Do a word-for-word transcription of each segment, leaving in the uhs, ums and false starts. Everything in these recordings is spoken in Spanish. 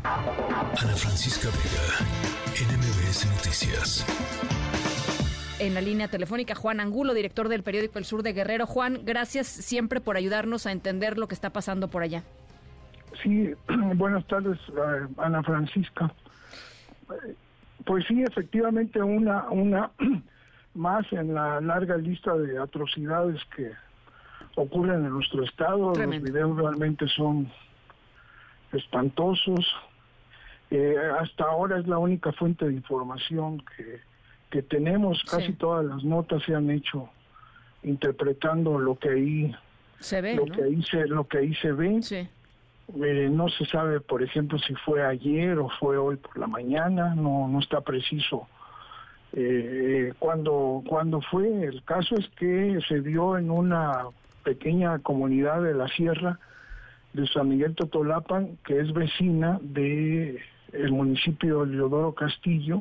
Ana Francisca Vega, N M B S Noticias. En la línea telefónica, Juan Angulo, director del periódico El Sur de Guerrero. Juan, gracias siempre por ayudarnos a entender lo que está pasando por allá. Sí, buenas tardes, Ana Francisca. Pues sí, efectivamente, una, una más en la larga lista de atrocidades que ocurren en nuestro estado. Tremendo. Los videos realmente son espantosos. Eh, hasta ahora es la única fuente de información que, que tenemos. Casi sí. Todas las notas se han hecho interpretando lo que ahí se ve, lo ¿no? que ahí se lo que ahí se ve. Sí. Eh, no se sabe, por ejemplo, si fue ayer o fue hoy por la mañana. No no está preciso eh, cuándo cuándo fue. El caso es que se dio en una pequeña comunidad de la sierra de San Miguel Totolapan, que es vecina de el municipio de Leodoro Castillo.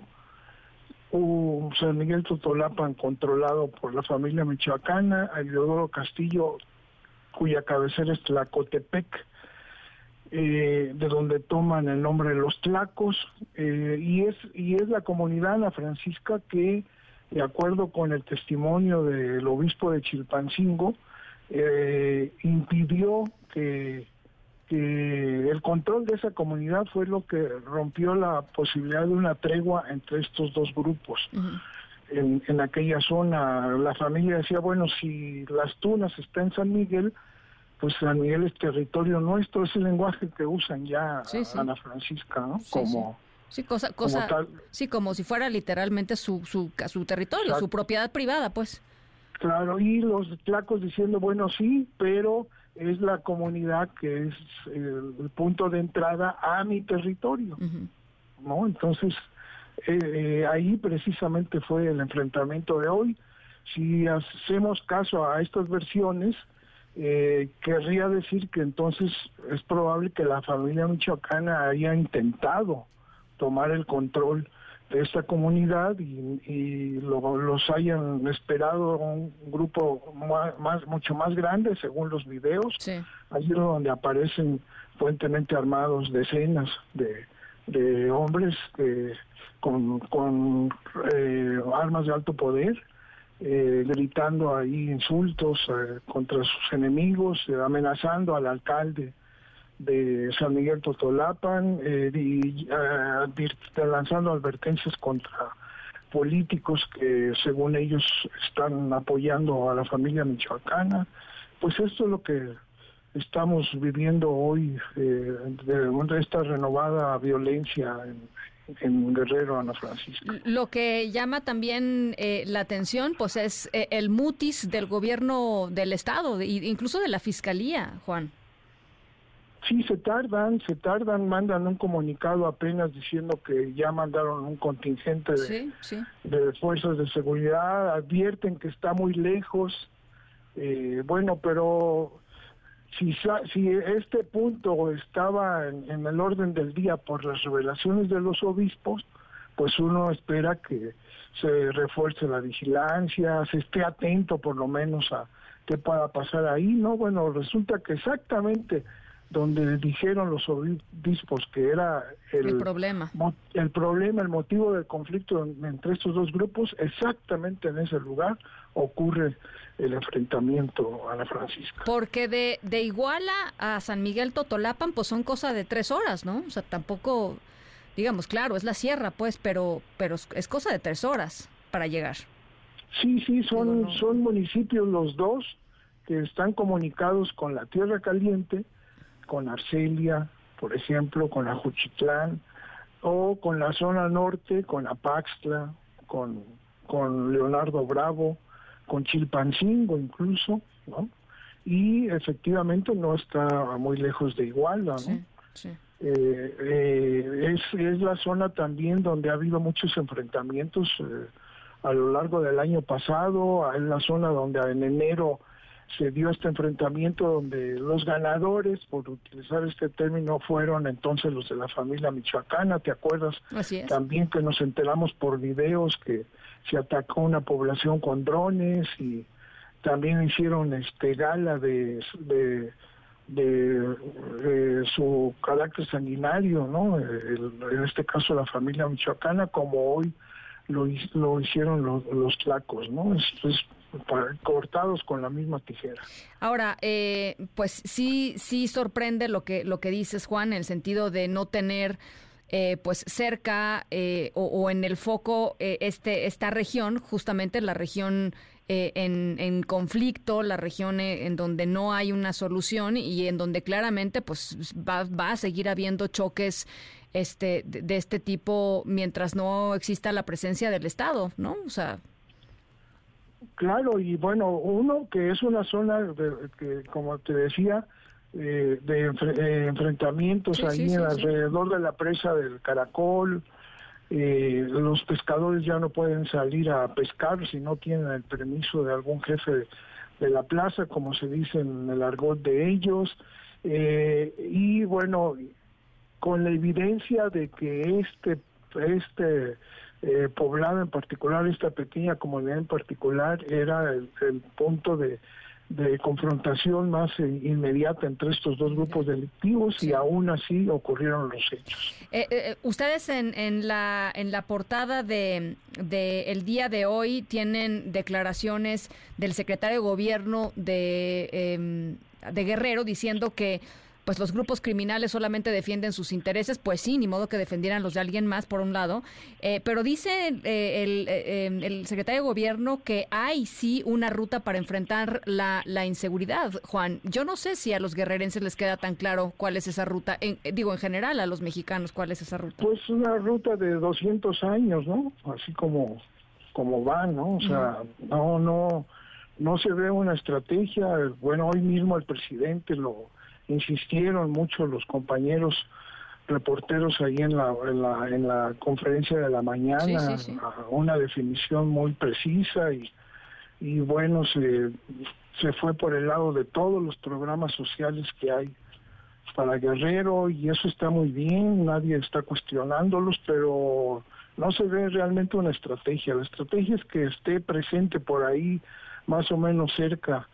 Uh, San Miguel Totolapan controlado por la familia michoacana, el Leodoro Castillo, cuya cabecera es Tlacotepec, eh, de donde toman el nombre de los Tlacos, eh, y es y es la comunidad, Ana Francisca, que, de acuerdo con el testimonio del obispo de Chilpancingo, eh, impidió que que el control de esa comunidad fue lo que rompió la posibilidad de una tregua entre estos dos grupos. Uh-huh. En, en aquella zona la familia decía, bueno, si las tunas están en San Miguel, pues San Miguel es territorio nuestro. Es el lenguaje que usan ya, sí, sí. Ana Francisca, ¿no? Sí, como sí, sí cosa, cosa, como tal. Sí, como si fuera literalmente su su, su territorio, Exacto. Su propiedad privada, pues. Claro, y los tlacos diciendo, bueno, sí, pero es la comunidad que es el, el punto de entrada a mi territorio, uh-huh. ¿no? Entonces, eh, eh, ahí precisamente fue el enfrentamiento de hoy. Si hacemos caso a estas versiones, eh, querría decir que entonces es probable que la familia michoacana haya intentado tomar el control de esta comunidad y, y lo, los hayan esperado un grupo más, más mucho más grande, según los videos. Sí. Allí es donde aparecen fuertemente armados decenas de, de hombres eh, con, con eh, armas de alto poder, eh, gritando ahí insultos eh, contra sus enemigos, eh, amenazando al alcalde de San Miguel Totolapan, eh, y uh, lanzando advertencias contra políticos que según ellos están apoyando a la familia michoacana. Pues esto es lo que estamos viviendo hoy, eh, de, de esta renovada violencia en, en Guerrero, Ana Francisca. Lo que llama también eh, la atención pues es eh, el mutis del gobierno del estado, de, incluso de la fiscalía, Juan. Sí, se tardan, se tardan, mandan un comunicado apenas diciendo que ya mandaron un contingente de, sí, sí. de fuerzas de seguridad, advierten que está muy lejos, eh, bueno, pero si, si este punto estaba en, en el orden del día por las revelaciones de los obispos, pues uno espera que se refuerce la vigilancia, se esté atento por lo menos a qué pueda pasar ahí, ¿no? Bueno, resulta que exactamente donde dijeron los obispos que era el, el problema, el problema, el motivo del conflicto entre estos dos grupos, exactamente en ese lugar ocurre el enfrentamiento, Ana Francisca. Porque de, de Iguala a San Miguel Totolapan, pues son cosa de tres horas, ¿no? O sea, tampoco, digamos, claro, es la sierra, pues, pero, pero es cosa de tres horas para llegar. Sí, sí, son, Digo, no. son municipios los dos que están comunicados con la Tierra Caliente, con Arcelia, por ejemplo, con Ajuchitlán, o con la zona norte, con Apaxtla, con, con Leonardo Bravo, con Chilpancingo incluso, ¿no? Y efectivamente no está muy lejos de Iguala, ¿no? Sí, sí. Eh, eh, es, es la zona también donde ha habido muchos enfrentamientos eh, a lo largo del año pasado, es la zona donde en enero se dio este enfrentamiento donde los ganadores, por utilizar este término, fueron entonces los de la familia michoacana. ¿Te acuerdas? Así es. También que nos enteramos por videos que se atacó una población con drones y también hicieron este gala de, de, de, de su carácter sanguinario, ¿no? El, en este caso la familia michoacana, como hoy lo, lo hicieron los, los tlacos, ¿no? Es, es para, cortados con la misma tijera. Ahora, eh, pues sí, sí sorprende lo que lo que dices, Juan, en el sentido de no tener eh, pues cerca eh, o, o en el foco eh, este esta región, justamente la región eh, en, en conflicto, la región eh, en donde no hay una solución y en donde claramente pues va, va a seguir habiendo choques este de, de este tipo mientras no exista la presencia del Estado, ¿no? O sea, claro, y bueno, uno que es una zona de, que, como te decía, eh, de enfre- eh, enfrentamientos sí, ahí sí, sí, alrededor sí. de la presa del Caracol. Eh, los pescadores ya no pueden salir a pescar si no tienen el permiso de algún jefe de, de la plaza, como se dice en el argot de ellos. Eh, y bueno, con la evidencia de que este este eh, poblado en particular, esta pequeña comunidad en particular, era el, el punto de, de confrontación más eh, inmediata entre estos dos grupos delictivos, sí. Y aún así ocurrieron los hechos. Eh, eh, ustedes en, en la en la portada de, de el día de hoy tienen declaraciones del secretario de Gobierno de, eh, de Guerrero diciendo que pues los grupos criminales solamente defienden sus intereses, pues sí, ni modo que defendieran los de alguien más, por un lado, eh, pero dice eh, el, eh, el secretario de Gobierno que hay sí una ruta para enfrentar la, la inseguridad. Juan, yo no sé si a los guerrerenses les queda tan claro cuál es esa ruta, en, digo, en general a los mexicanos, cuál es esa ruta. Pues una ruta de doscientos años, ¿no? Así como, como van, ¿no? O sea, uh-huh. no, no, no se ve una estrategia. Bueno, hoy mismo el presidente lo insistieron mucho los compañeros reporteros ahí en la en la, en la conferencia de la mañana, sí, sí, sí. Una definición muy precisa y, y bueno, se, se fue por el lado de todos los programas sociales que hay para Guerrero y eso está muy bien, nadie está cuestionándolos, pero no se ve realmente una estrategia. La estrategia es que esté presente por ahí más o menos cerca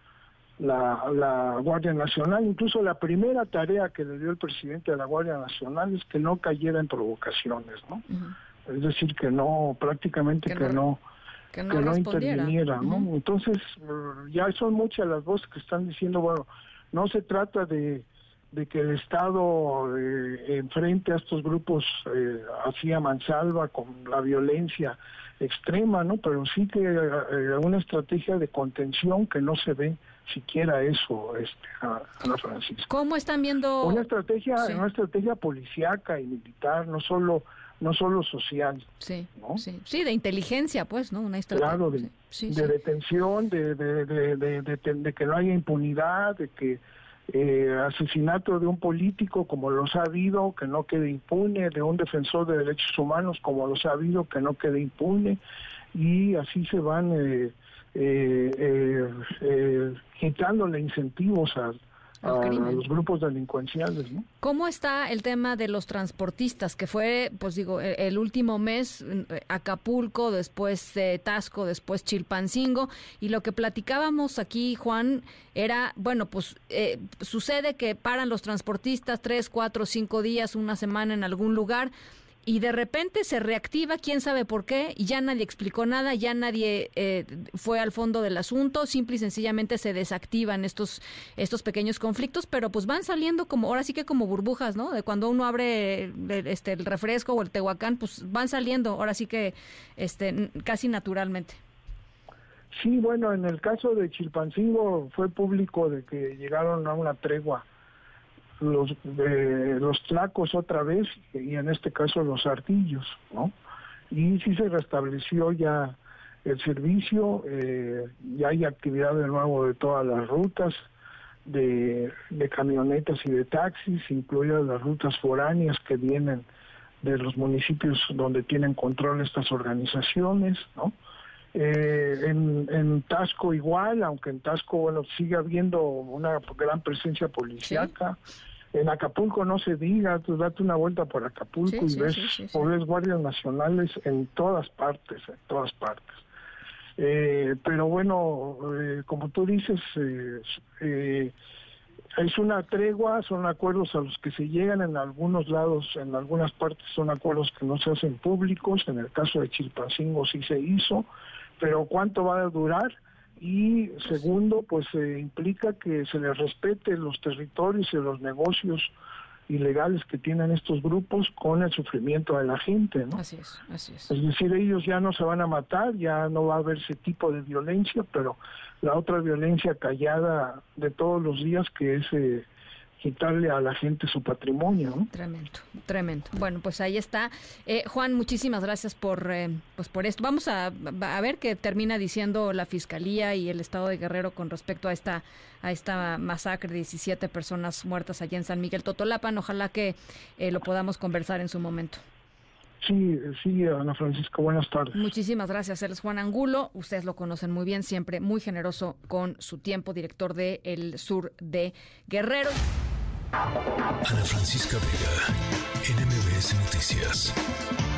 La, la Guardia Nacional. Incluso la primera tarea que le dio el presidente a la Guardia Nacional es que no cayera en provocaciones, ¿no? Uh-huh. Es decir, que no, prácticamente que, que no, que no, que no interviniera, ¿no? Uh-huh. Entonces, ya son muchas las voces que están diciendo, bueno, no se trata de, de que el Estado eh, enfrente a estos grupos eh, así a mansalva con la violencia extrema, ¿no? Pero sí que eh, una estrategia de contención que no se ve siquiera eso, este, Ana Francisca. ¿Cómo están viendo? Una estrategia, sí. una estrategia policíaca y militar, no solo, no solo social. Sí, ¿no? sí, sí, de inteligencia, pues, ¿no? Una estrategia. Claro, de, sí, de sí. detención, de, de, de, de, de, de, de que no haya impunidad, de que eh, asesinato de un político, como los ha habido, que no quede impune, de un defensor de derechos humanos, como los ha habido, que no quede impune, y así se van eh, eh, eh, eh, quitándole incentivos a, a, a los grupos delincuenciales, ¿no? ¿Cómo está el tema de los transportistas? Que fue, pues digo, el, el último mes Acapulco, después eh, Taxco, después Chilpancingo, y lo que platicábamos aquí, Juan, era, bueno, pues eh, sucede que paran los transportistas tres, cuatro, cinco días, una semana en algún lugar, y de repente se reactiva, quién sabe por qué, y ya nadie explicó nada, ya nadie eh, fue al fondo del asunto, simple y sencillamente se desactivan estos estos pequeños conflictos, pero pues van saliendo como, ahora sí que como burbujas, ¿no? De cuando uno abre este el refresco o el Tehuacán, pues van saliendo, ahora sí que este casi naturalmente. Sí, bueno, en el caso de Chilpancingo fue público de que llegaron a una tregua los eh, los tlacos otra vez y en este caso los ardillos, ¿no? Y sí se restableció ya el servicio, eh, ya hay actividad de nuevo de todas las rutas de, de camionetas y de taxis, incluidas las rutas foráneas que vienen de los municipios donde tienen control estas organizaciones, ¿no? Eh, en, en Taxco igual, aunque en Taxco, bueno, sigue habiendo una gran presencia policíaca. ¿Sí? En Acapulco no se diga, tú date una vuelta por Acapulco sí, y sí, ves, sí, sí, sí. o ves guardias nacionales en todas partes, en todas partes. Eh, pero bueno, eh, como tú dices, eh, eh, Es una tregua, son acuerdos a los que se llegan en algunos lados, en algunas partes son acuerdos que no se hacen públicos, en el caso de Chilpancingo sí se hizo, pero ¿cuánto va a durar? Y segundo, pues eh, implica que se les respete los territorios y los negocios ilegales que tienen estos grupos con el sufrimiento de la gente, ¿no? Así es, así es. Es decir, ellos ya no se van a matar, ya no va a haber ese tipo de violencia, pero la otra violencia callada de todos los días, que es eh, quitarle a la gente su patrimonio, ¿no? Tremendo, tremendo. Bueno, pues ahí está. Eh, Juan, muchísimas gracias por eh, pues por esto. Vamos a, a ver qué termina diciendo la Fiscalía y el Estado de Guerrero con respecto a esta a esta masacre de diecisiete personas muertas allá en San Miguel Totolapan. Ojalá que eh, lo podamos conversar en su momento. Sí, sí, Ana Francisca, buenas tardes. Muchísimas gracias. Él es Juan Angulo, ustedes lo conocen muy bien, siempre muy generoso con su tiempo, director de El Sur de Guerrero. Ana Francisca Vega, N M B S Noticias.